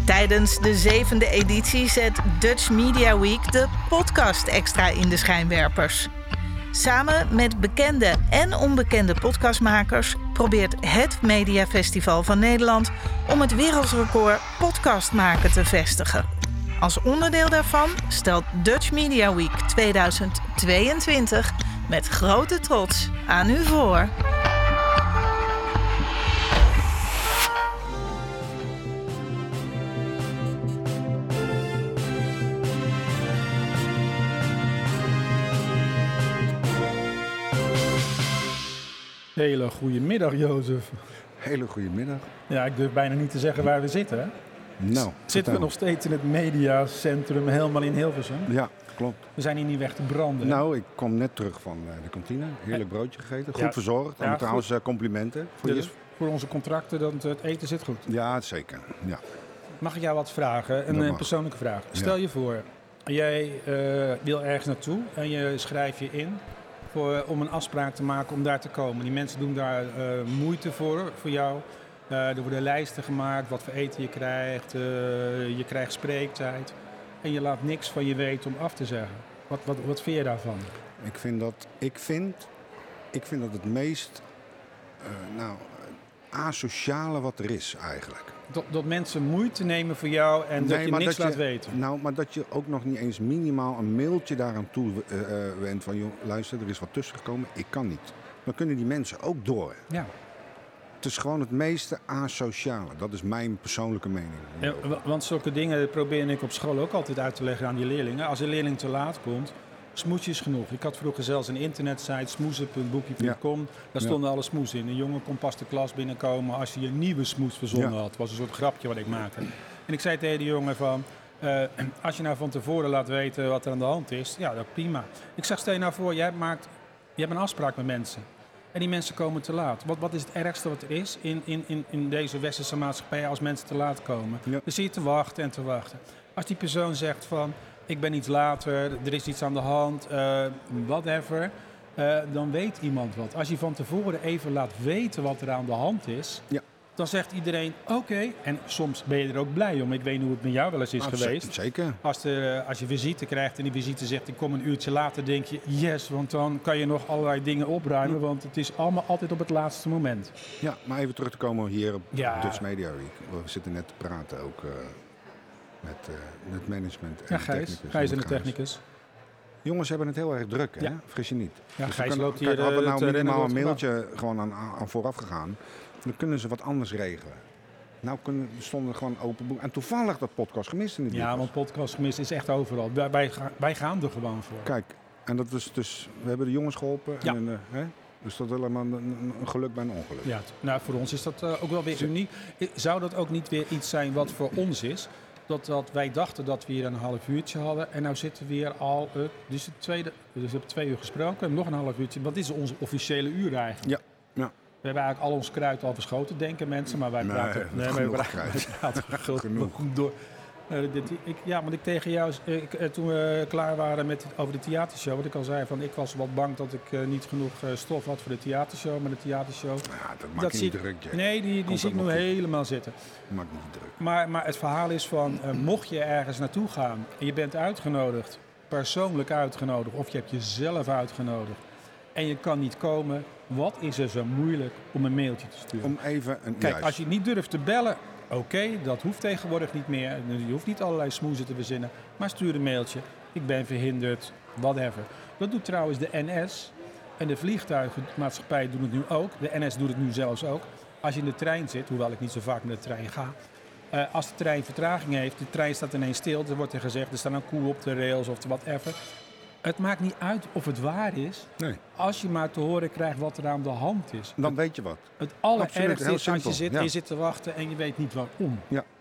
Tijdens de 7e editie zet Dutch Media Week de podcast extra in de schijnwerpers. Samen met bekende en onbekende podcastmakers probeert het Mediafestival van Nederland om het wereldrecord podcast maken te vestigen. Als onderdeel daarvan stelt Dutch Media Week 2022 met grote trots aan u voor. Hele goede middag, Jozef. Hele goede middag. Ja, ik durf bijna niet te zeggen waar we zitten, hè? Nou, zitten we nog steeds in het mediacentrum helemaal in Hilversum? Ja, klopt. We zijn hier niet weg te branden. Nou, ik kom net terug van de kantine. Heerlijk broodje gegeten. Goed verzorgd. En trouwens complimenten. Voor onze contracten, dat het eten zit goed. Ja, zeker. Ja. Mag ik jou wat vragen? Een persoonlijke vraag. Stel je voor, jij wil ergens naartoe en je schrijf je in om een afspraak te maken om daar te komen. Die mensen doen daar moeite voor jou. Er worden lijsten gemaakt, wat voor eten je krijgt. Je krijgt spreektijd. En je laat niks van je weten om af te zeggen. Wat vind je daarvan? Ik vind dat het meest asociale wat er is eigenlijk. Dat mensen moeite nemen voor jou en dat je niks laat weten. Nou, maar dat je ook nog niet eens minimaal een mailtje daaraan toe wendt van, joh, luister, er is wat tussengekomen, ik kan niet. Dan kunnen die mensen ook door. Ja. Het is gewoon het meeste asociale. Dat is mijn persoonlijke mening. Ja, want zulke dingen probeer ik op school ook altijd uit te leggen aan die leerlingen. Als een leerling te laat komt, smoesjes genoeg. Ik had vroeger zelfs een internetsite, smoesen.boekie.com. Daar stonden alle smoes in. Een jongen kon pas de klas binnenkomen als hij een nieuwe smoes verzonnen had. Het was een soort grapje wat ik maakte. En ik zei tegen die jongen van, als je nou van tevoren laat weten wat er aan de hand is, ja, dat prima. Ik zeg, stel je nou voor, je hebt een afspraak met mensen. En die mensen komen te laat. Wat is het ergste wat er is in deze westerse maatschappij als mensen te laat komen? Ja. Dan zie je te wachten en te wachten. Als die persoon zegt van, ik ben iets later, er is iets aan de hand, whatever, dan weet iemand wat. Als je van tevoren even laat weten wat er aan de hand is, dan zegt iedereen oké. En soms ben je er ook blij om. Ik weet niet hoe het met jou wel eens is geweest. Zeker. Als je visite krijgt en die visite zegt, ik kom een uurtje later, denk je yes, want dan kan je nog allerlei dingen opruimen, want het is allemaal altijd op het laatste moment. Ja, maar even terug te komen hier op Dutch Media Week. We zitten net te praten ook met het management en de technicus. Gijs en de technicus. Jongens hebben het heel erg druk, hè? Vergis je niet. Ja, dus Gijs loopt hier hadden we nou minimaal een mailtje gewoon aan vooraf gegaan, dan kunnen ze wat anders regelen. Nou stonden gewoon open boeken. En toevallig dat podcast gemist in de Ja, want podcast gemist is echt overal. Wij gaan er gewoon voor. Kijk, en dat is dus, we hebben de jongens geholpen. Ja. Dus dat is helemaal een geluk bij een ongeluk. Ja, nou, voor ons is dat ook wel weer uniek. Zou dat ook niet weer iets zijn wat voor ons is? Dat wij dachten dat we hier een half uurtje hadden. En nou zitten we weer al, dus we hebben 2 uur gesproken. Nog een half uurtje. Wat is onze officiële uur eigenlijk? Ja. We hebben eigenlijk al ons kruid al verschoten, denken mensen. Maar wij praten... Nee, wij praten genoeg door. Want ik tegen jou, toen we klaar waren over de theatershow, wat ik al zei, van ik was wat bang dat ik niet genoeg stof had voor de theatershow. Maar de theatershow... Ja, dat maakt niet druk, Jack. Nee, die zie ik nu helemaal zitten. Dat maakt niet druk. Maar het verhaal is van, mocht je ergens naartoe gaan en je bent uitgenodigd, persoonlijk uitgenodigd, of je hebt jezelf uitgenodigd en je kan niet komen, wat is er zo moeilijk om een mailtje te sturen? Kijk, als je niet durft te bellen, oké, dat hoeft tegenwoordig niet meer. Je hoeft niet allerlei smoezen te verzinnen. Maar stuur een mailtje. Ik ben verhinderd. Whatever. Dat doet trouwens de NS. En de vliegtuigenmaatschappij doen het nu ook. De NS doet het nu zelfs ook. Als je in de trein zit, hoewel ik niet zo vaak met de trein ga. Als de trein vertraging heeft, de trein staat ineens stil. Dan wordt er gezegd, er staat een koe op de rails of whatever. Het maakt niet uit of het waar is. Nee. Als je maar te horen krijgt wat er aan de hand is. Dan weet je wat. Het allerergste is als je zit en je zit te wachten en je weet niet waarom.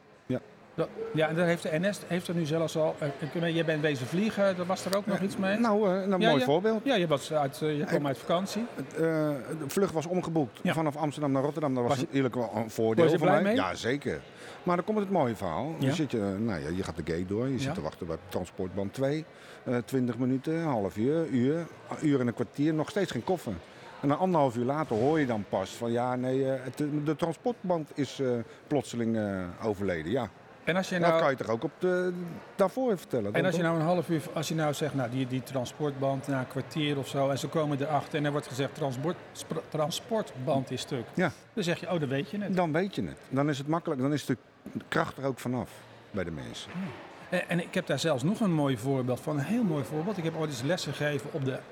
Ja, en daar heeft de NS er nu zelfs al... je bent bezig vliegen, was er ook nog iets mee? Een mooi voorbeeld. Ja, je kwam uit vakantie. De vlucht was omgeboekt vanaf Amsterdam naar Rotterdam. Dat was natuurlijk wel een voordeel voor mij. Mee? Ja, zeker. Maar dan komt het mooie verhaal. Ja. Je gaat de gate door. Je zit te wachten bij transportband 2. 20 minuten, een half uur, uur en een kwartier. Nog steeds geen koffer. En dan 1,5 uur later hoor je dan pas van de transportband is plotseling overleden. Ja. En als je dat kan je toch ook daarvoor vertellen? En als je nou een half uur, als je nou zegt, die transportband na een kwartier of zo, en ze komen erachter en er wordt gezegd, transportband is stuk. Ja. Dan zeg je, dan weet je het. Dan weet je het. Dan is het makkelijk. Dan is de kracht er ook vanaf bij de mensen. Ja. En ik heb daar zelfs nog een mooi voorbeeld van, een heel mooi voorbeeld. Ik heb ooit eens lessen gegeven op de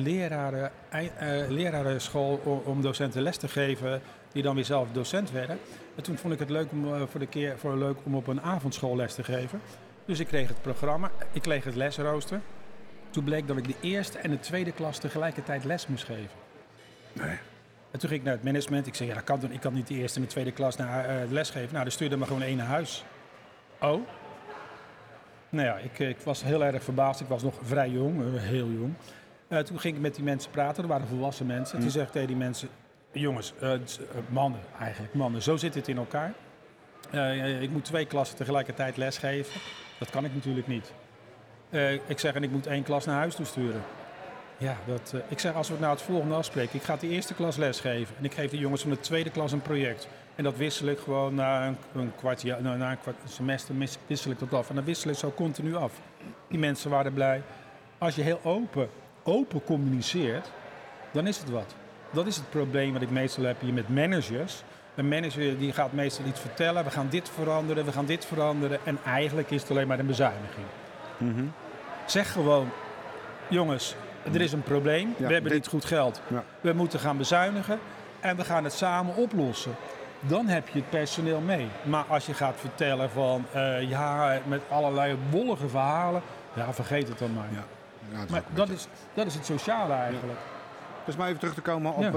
lerarenschool om docenten les te geven, die dan weer zelf docent werden. En toen vond ik het leuk om op een avondschool les te geven. Dus ik kreeg het programma, ik kreeg het lesrooster. Toen bleek dat ik de eerste en de tweede klas tegelijkertijd les moest geven. Nee. En toen ging ik naar het management. Ik zei, dat kan toch, ik kan niet de eerste en de tweede klas les geven. Nou, dan stuurde me gewoon één naar huis. Oh? Nou ja, ik was heel erg verbaasd. Ik was nog vrij jong, heel jong. Toen ging ik met die mensen praten, er waren volwassen mensen. Toen zei ik tegen die mensen, jongens, mannen, zo zit het in elkaar. Ik moet 2 klassen tegelijkertijd lesgeven. Dat kan ik natuurlijk niet. Ik zeg, en ik moet 1 klas naar huis toesturen. Ja, ik zeg, als we het nou het volgende afspreken. Ik ga de eerste klas lesgeven. En ik geef de jongens van de tweede klas een project. En dat wissel ik gewoon na een semester wissel ik dat af. En dan wissel ik zo continu af. Die mensen waren blij. Als je heel open communiceert, dan is het wat. Dat is het probleem wat ik meestal heb hier met managers. Een manager die gaat meestal iets vertellen. We gaan dit veranderen. En eigenlijk is het alleen maar een bezuiniging. Mm-hmm. Zeg gewoon, jongens, er is een probleem. We hebben niet goed geld. Ja. We moeten gaan bezuinigen. En we gaan het samen oplossen. Dan heb je het personeel mee. Maar als je gaat vertellen van, met allerlei wollige verhalen. Ja, vergeet het dan maar. Ja. Ja, maar dat is het sociale eigenlijk. Ja. Dus maar even terug te komen op...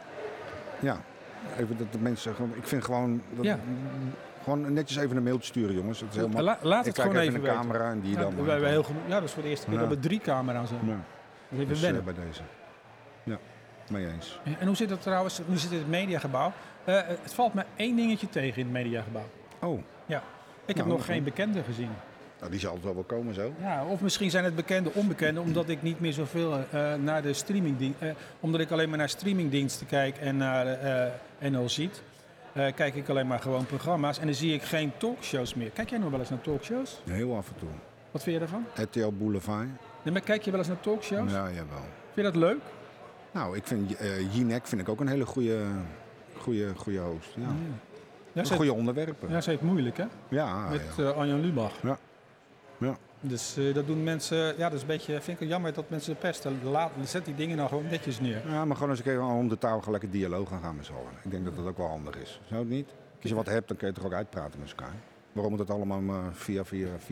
even dat de mensen... Ik vind gewoon... Gewoon netjes even een mailtje sturen, jongens. Het is helemaal, laat het gewoon even een camera en die dan... dat is voor de eerste keer dat we 3 camera's hebben. Ja. Dat even dus, wennen. Bij deze. Ja, mee eens. En hoe zit het trouwens? Nu zit het in het mediagebouw. Het valt me 1 dingetje tegen in het mediagebouw. Oh. Ja. Ik heb nog geen bekenden gezien. Nou, die zal altijd wel komen zo. Ja, of misschien zijn het bekende onbekenden, omdat ik niet meer zoveel naar de streamingdiensten... omdat ik alleen maar naar streamingdiensten kijk en naar NL Ziet. Kijk ik alleen maar gewoon programma's en dan zie ik geen talkshows meer. Kijk jij nog wel eens naar talkshows? Heel af en toe. Wat vind je daarvan? RTL Boulevard. Nee, maar kijk je wel eens naar talkshows? Ja, jawel. Vind je dat leuk? Nou, ik vind Jinek vind ik ook een hele goede host. Ja. Ja, goede onderwerpen. Ja, ze heeft moeilijk, hè? Ja. Met Arjan Lubach. Ja. Ja. Dus dat doen mensen... Ja, dat is een beetje... Vind ik jammer dat mensen pesten. Zet die dingen nou gewoon netjes neer. Ja, maar gewoon eens een keer om de tafel lekker dialoog gaan met z'n allen. Ik denk dat dat ook wel handig is. Zou het niet? Als je wat hebt, dan kun je toch ook uitpraten met elkaar. Waarom moet het allemaal via?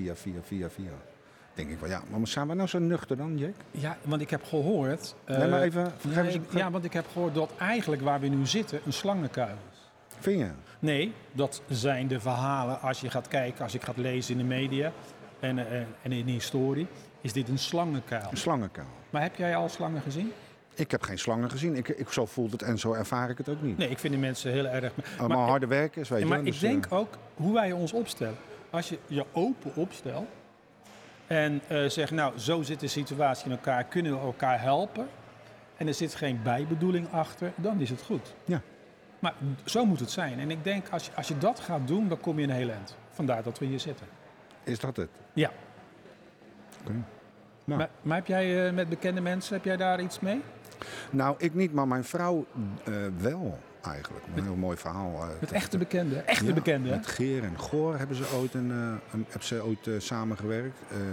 Denk ik wel, ja. Maar zijn we nou zo nuchter dan, Jack? Ja, want ik heb gehoord... maar even... want ik heb gehoord dat eigenlijk waar we nu zitten een slangenkuil is. Vind je? Nee, dat zijn de verhalen. Als je gaat kijken, als je gaat lezen in de media... En in de historie is dit een slangenkuil. Een slangenkuil. Maar heb jij al slangen gezien? Ik heb geen slangen gezien. Zo voelt het en zo ervaar ik het ook niet. Nee, ik vind de mensen heel erg... Allemaal harde werkers, weet je. Maar ik denk ook hoe wij ons opstellen. Als je je open opstelt en zegt, nou, zo zit de situatie in elkaar, kunnen we elkaar helpen. En er zit geen bijbedoeling achter, dan is het goed. Ja. Maar zo moet het zijn. En ik denk, als je dat gaat doen, dan kom je een heel eind. Vandaar dat we hier zitten. Is dat het? Ja. Okay. Nou. Maar heb jij met bekende mensen, heb jij daar iets mee? Nou, ik niet, maar mijn vrouw wel eigenlijk. Een heel mooi verhaal. Met echte bekenden? Echte bekenden? Met Geer en Goor hebben ze ooit samengewerkt.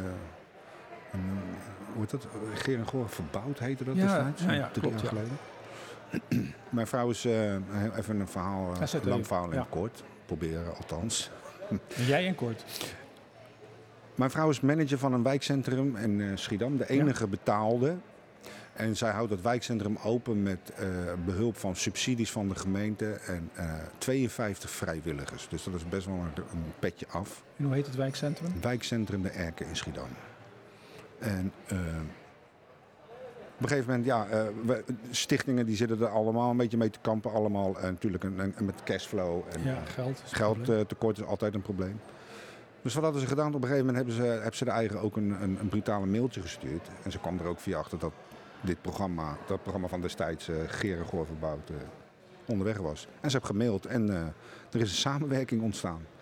Hoe heet dat? Geer en Goor verbouwd heette dat destijds. Ja, 3 jaar geleden. Mijn vrouw is even een verhaal, lang verhaal in kort. Proberen althans. Jij in kort? Mijn vrouw is manager van een wijkcentrum in Schiedam, de enige betaalde. En zij houdt het wijkcentrum open met behulp van subsidies van de gemeente en 52 vrijwilligers. Dus dat is best wel een petje af. En hoe heet het wijkcentrum? Wijkcentrum De Erken in Schiedam. En op een gegeven moment, stichtingen die zitten er allemaal een beetje mee te kampen. Allemaal natuurlijk met cashflow. En, geldtekort is altijd een probleem. Dus wat hadden ze gedaan? Op een gegeven moment hebben ze de eigen ook een brutale mailtje gestuurd. En ze kwam er ook via achter dat dat programma van destijds Geer en Goor verbouwd onderweg was. En ze hebben gemaild en er is een samenwerking ontstaan.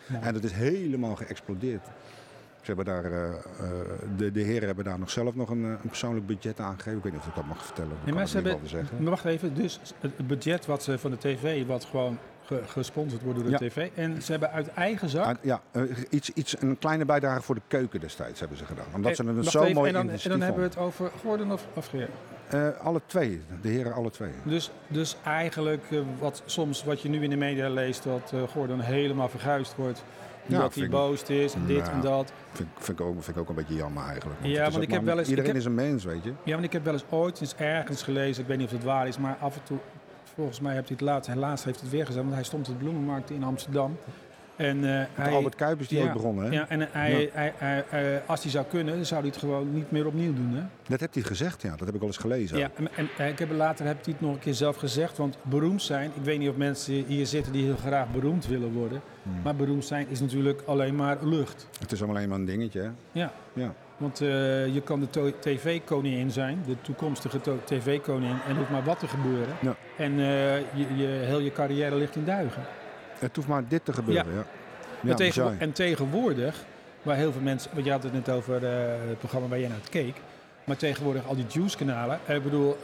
En dat is helemaal geëxplodeerd. Ze hebben daar, de heren hebben daar zelf nog een persoonlijk budget aangegeven. Ik weet niet of ik dat mag vertellen. Nee, maar ze hebben, maar wacht even, dus het budget wat ze van de tv, wat gewoon gesponsord wordt door de tv. En ze hebben uit eigen zak... Een kleine bijdrage voor de keuken destijds hebben ze gedaan. Omdat ze het zo mooi en dan hebben we het over Gordon of Geert? Alle twee, de heren alle twee. Dus eigenlijk wat je nu in de media leest, dat Gordon helemaal verguisd wordt. Dat hij boos is en dit en dat. Vind ik ook een beetje jammer eigenlijk. Want ik heb wel eens... Iedereen is een mens, weet je. Ja, want ik heb wel eens ooit eens ergens gelezen, ik weet niet of het waar is, maar af en toe, volgens mij heeft hij het laatst, helaas heeft hij het weer gezegd, want hij stond op de bloemenmarkt in Amsterdam. En Albert Kuipers die ooit begonnen, hè? Ja, en als hij zou kunnen, dan zou hij het gewoon niet meer opnieuw doen, hè? Dat heeft hij gezegd, ja. Dat heb ik al eens gelezen. Ja, en later heb hij het nog een keer zelf gezegd, want beroemd zijn, ik weet niet of mensen hier zitten die heel graag beroemd willen worden, maar beroemd zijn is natuurlijk alleen maar lucht. Het is alleen maar een dingetje, hè? Ja. Want je kan de tv-koningin zijn, de toekomstige tv-koningin, en er hoeft maar wat te gebeuren. Ja. En heel je carrière ligt in duigen. Het hoeft maar dit te gebeuren, en tegenwoordig, waar heel veel mensen... Want je had het net over het programma waar jij naar het keek. Maar tegenwoordig al die Juice-kanalen. Ik bedoel,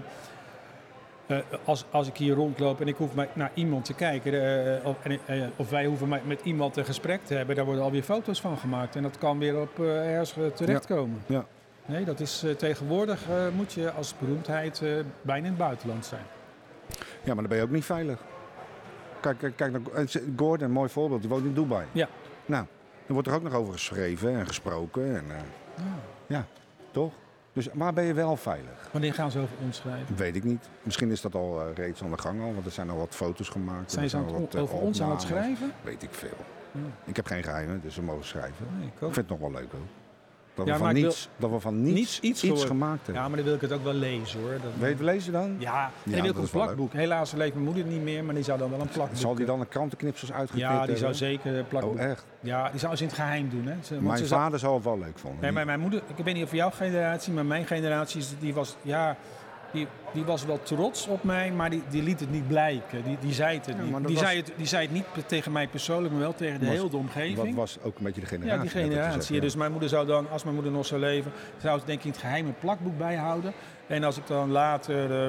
als ik hier rondloop en ik hoef naar iemand te kijken... of wij hoeven met iemand een gesprek te hebben... daar worden alweer foto's van gemaakt. En dat kan weer op ergens terechtkomen. Ja. Nee, dat is tegenwoordig moet je als beroemdheid bijna in het buitenland zijn. Ja, maar dan ben je ook niet veilig. Kijk naar Gordon, een mooi voorbeeld. Die woont in Dubai. Ja. Nou, er wordt er ook nog over geschreven en gesproken. Ja, toch? Dus waar ben je wel veilig? Wanneer gaan ze over ons schrijven? Weet ik niet. Misschien is dat al reeds aan de gang al, want er zijn al wat foto's gemaakt. Zijn ze over ons aan het schrijven? Weet ik veel. Ja. Ik heb geen geheimen, dus ze mogen schrijven. Nee, ik vind het nog wel leuk ook. Dat we van niets iets gemaakt hebben. Ja, maar dan wil ik het ook wel lezen, hoor. Weet je lezen dan? Ja, en dan wil ik een plakboek. Helaas leeft mijn moeder niet meer, maar die zou dan wel een plakboek... Zal die dan een krantenknipsels uitgeprint hebben? Ja, die zou zeker een plakboek... Oh, echt? Ja, die zou ze in het geheim doen, hè. Mijn vader zou het wel leuk vinden. Nee, maar mijn moeder... Ik weet niet of jouw generatie, maar mijn generatie, die was... Ja, die was wel trots op mij, maar die liet het niet blijken. Die zei het niet. Die zei het niet tegen mij persoonlijk, maar wel tegen de hele omgeving. Dat was ook een beetje de generatie. Ja, die generatie. Dus mijn moeder zou dan, als mijn moeder nog zou leven, zou ze denk ik in het geheim een plakboek bijhouden. En als ik dan later,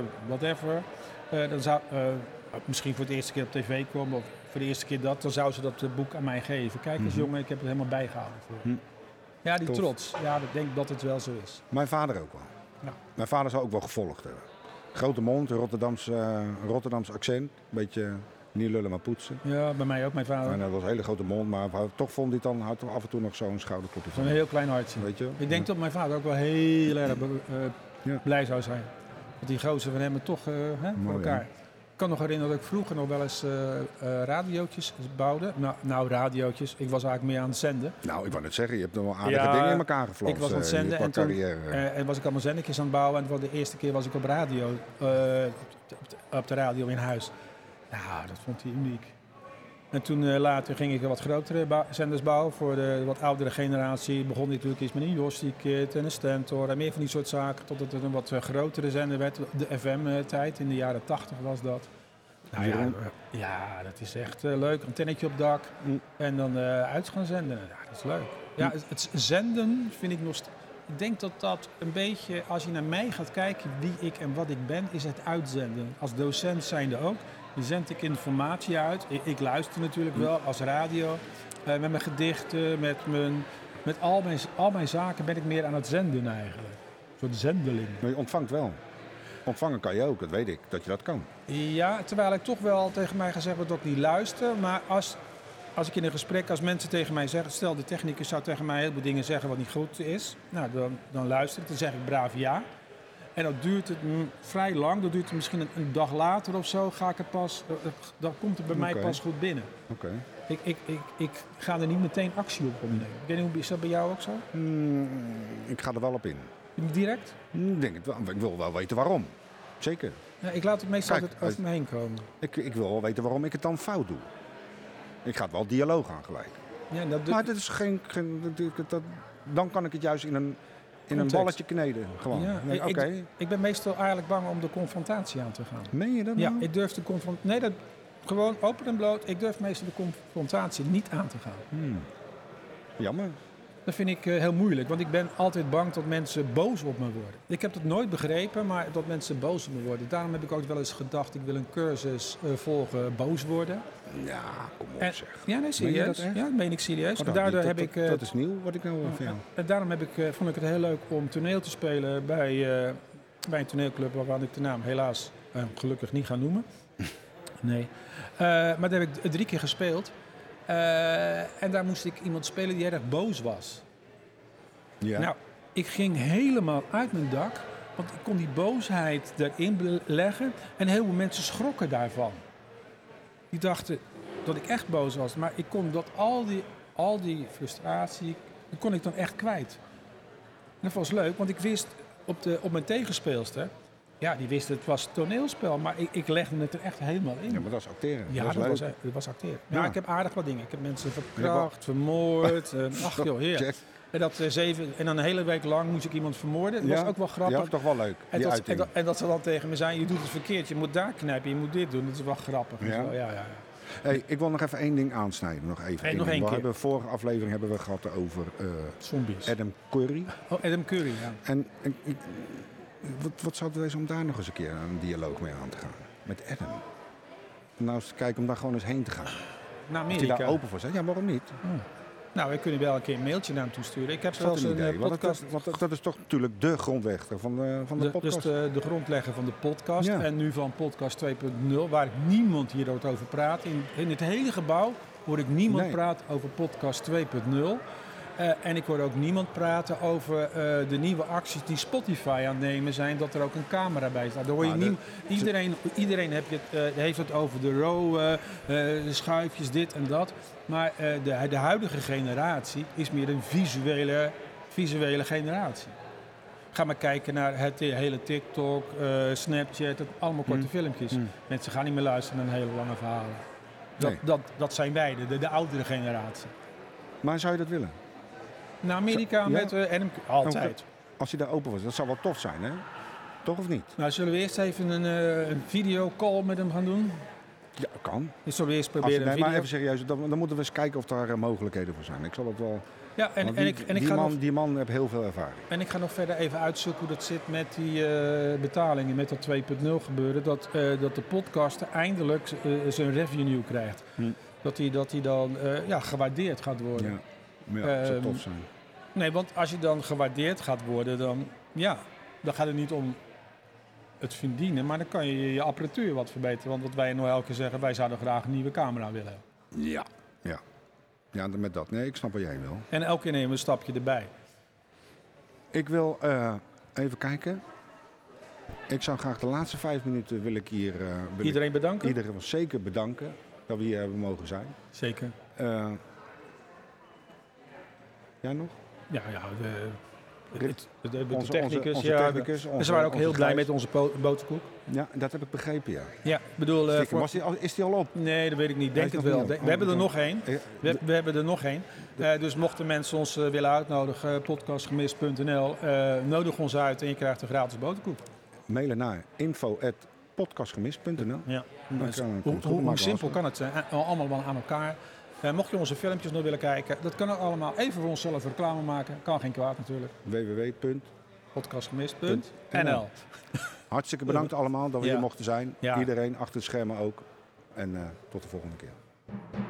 dan zou misschien voor de eerste keer op tv komen, of voor de eerste keer dan zou ze dat boek aan mij geven. Kijk eens jongen, ik heb het helemaal bijgehouden voor. Ja, die trots. Ja, ik denk dat het wel zo is. Mijn vader ook wel. Ja. Mijn vader zou ook wel gevolgd hebben. Grote mond, Rotterdamse accent. Een beetje niet lullen, maar poetsen. Ja, bij mij ook, mijn vader. En dat was een hele grote mond, maar toch vond hij dan af en toe nog zo'n schouderklopje van. Een heel klein hartje. Weet je? Ik denk dat mijn vader ook wel heel erg blij zou zijn. Dat die gozer van hem toch voor elkaar. Ik kan nog herinneren dat ik vroeger nog wel eens radiootjes bouwde. Nou, radiootjes. Ik was eigenlijk meer aan het zenden. Nou, ik wou net zeggen, je hebt nog wel aardige dingen in elkaar geflanst. Ik was aan het zenden en toen was ik allemaal zendertjes aan het bouwen. En de eerste keer was ik op radio, op de radio in huis. Nou, dat vond hij uniek. En toen later ging ik wat grotere zenders bouwen voor de wat oudere generatie. Begon natuurlijk eens met een Jostiekit en een Stentor en meer van die soort zaken. Totdat het een wat grotere zender werd. De FM-tijd, in de jaren 80 was dat. Nou ja, dat is echt leuk. Antennetje op dak en dan uit gaan zenden. Ja, dat is leuk. Ja, het zenden vind ik nog... Ik denk dat dat een beetje, als je naar mij gaat kijken, wie ik en wat ik ben, is het uitzenden. Als docent zijnde ook. Die zend ik informatie uit. Ik luister natuurlijk wel als radio. Met mijn gedichten, met al mijn zaken ben ik meer aan het zenden eigenlijk. Een soort zendeling. Maar je ontvangt wel. Ontvangen kan je ook, dat weet ik, dat je dat kan. Ja, terwijl ik toch wel tegen mij gezegd wordt dat ik niet luister. Maar als ik in een gesprek, als mensen tegen mij zeggen... Stel, de technicus zou tegen mij heel veel dingen zeggen wat niet goed is. Nou, dan luister ik. Dan zeg ik braaf ja. En dat duurt het vrij lang. Dat duurt het misschien een dag later of zo. Dan komt het bij mij pas goed binnen. Oké. Ik ga er niet meteen actie op ondernemen. Ik weet niet, is dat bij jou ook zo? Ik ga er wel op in. Direct? Ik denk het wel. Ik wil wel weten waarom. Zeker. Ja, ik laat het meestal over me heen komen. Ik wil wel weten waarom ik het dan fout doe. Ik ga het wel dialoog aan gelijk. Ja, maar dit is dan kan ik het juist in een balletje kneden. Gewoon. Ja, ik ben meestal eigenlijk bang om de confrontatie aan te gaan. Meen je dat? Ja, ik durf de confrontatie... Nee, Gewoon open en bloot. Ik durf meestal de confrontatie niet aan te gaan. Jammer. Dat vind ik heel moeilijk, want ik ben altijd bang dat mensen boos op me worden. Ik heb het nooit begrepen, maar dat mensen boos op me worden. Daarom heb ik ook wel eens gedacht, ik wil een cursus volgen, boos worden. Ja, kom op zeg. Ja, nee, serieus. Ja, dat meen ik serieus. Daardoor heb ik, dat is nieuw, wat ik nou van jou. En daarom vond ik het heel leuk om toneel te spelen bij een toneelclub waarvan ik de naam helaas gelukkig niet ga noemen. Nee. Maar daar heb ik 3 keer gespeeld. En daar moest ik iemand spelen die erg boos was. Ja. Nou, ik ging helemaal uit mijn dak, want ik kon die boosheid erin leggen en heel veel mensen schrokken daarvan. Die dachten dat ik echt boos was, maar ik kon al die frustratie, die kon ik dan echt kwijt. En dat was leuk, want ik wist op mijn tegenspeelster, ja, die wist het was toneelspel, maar ik legde het er echt helemaal in. Ja, maar dat is acteren. Ja, dat was acteren. Ja. Ik heb aardig wat dingen. Ik heb mensen verkracht, vermoord. Ach joh, heer. En dan een hele week lang moest ik iemand vermoorden. Dat was ook wel grappig. Ja, dat is toch wel leuk. En dat ze dan tegen me zei, je doet het verkeerd. Je moet daar knijpen, je moet dit doen. Dat is wel grappig. Ja. Ja. Hey, ik wil nog even 1 ding aansnijden. Nog even. Nog 1 keer. Vorige aflevering hebben we gehad over zombies. Adam Curry. Oh, Adam Curry, ja. En wat zou het wezen om daar nog eens een keer een dialoog mee aan te gaan? Met Adam. Nou eens kijken om daar gewoon eens heen te gaan. Naar Amerika. Als je daar open voor bent. Ja, waarom niet? Nou, we kunnen wel een keer een mailtje naar hem toesturen. Ik heb zelfs een podcast. Want dat is toch natuurlijk de grondlegger van de podcast. Dus de grondlegger van de podcast. Ja. En nu van podcast 2.0, waar niemand hier over praat. In het hele gebouw hoor ik niemand praten over podcast 2.0. En ik hoor ook niemand praten over de nieuwe acties die Spotify aan het nemen zijn, dat er ook een camera bij staat. Daar hoor je iedereen heeft het over de RAW, de schuifjes, dit en dat. Maar de huidige generatie is meer een visuele generatie. Ga maar kijken naar het hele TikTok, Snapchat, allemaal korte filmpjes. Mensen gaan niet meer luisteren naar hele lange verhalen. Dat zijn wij, de oudere generatie. Maar zou je dat willen? Naar Amerika met Adam altijd. Als je daar open was, dat zou wel tof zijn, hè? Toch of niet? Nou, zullen we eerst even een videocall met hem gaan doen? Ja, kan. Zullen we eerst proberen maar even serieus, dan moeten we eens kijken of daar mogelijkheden voor zijn. Ik zal het wel... Ja, die man heeft heel veel ervaring. En ik ga nog verder even uitzoeken hoe dat zit met die betalingen, met dat 2.0 gebeuren. Dat de podcaster eindelijk zijn revenue krijgt. Dat hij dan gewaardeerd gaat worden. Ja, dat zou tof zijn. Nee, want als je dan gewaardeerd gaat worden, dan gaat het niet om het verdienen, maar dan kan je apparatuur wat verbeteren. Want wat wij nou elke keer zeggen, wij zouden graag een nieuwe camera willen hebben. Ja, met dat. Nee, ik snap wat jij wil. En elke keer nemen we een stapje erbij. Ik wil even kijken. Ik zou graag de laatste 5 minuten wil ik hier... Iedereen bedanken? Iedereen wil zeker bedanken dat we hier hebben mogen zijn. Zeker. Jij nog? Ja, de onze technicus. Technicus ze waren ook heel blij met onze boterkoek. Ja, dat heb ik begrepen, ja. Ja, ik bedoel... Is die al op? Nee, dat weet ik niet. Denk het wel. We hebben er nog één. We hebben er nog één. Dus mochten mensen ons willen uitnodigen, podcastgemist.nl, nodig ons uit en je krijgt een gratis boterkoek. Mailen naar info@podcastgemist.nl. Ja. Hoe simpel kan het zijn? Allemaal aan elkaar. Mocht je onze filmpjes nog willen kijken, dat kan ook allemaal. Even voor onszelf reclame maken. Kan geen kwaad natuurlijk. www.podcastgemist.nl. Hartstikke bedankt allemaal dat we hier mochten zijn. Ja. Iedereen achter de schermen ook. En tot de volgende keer.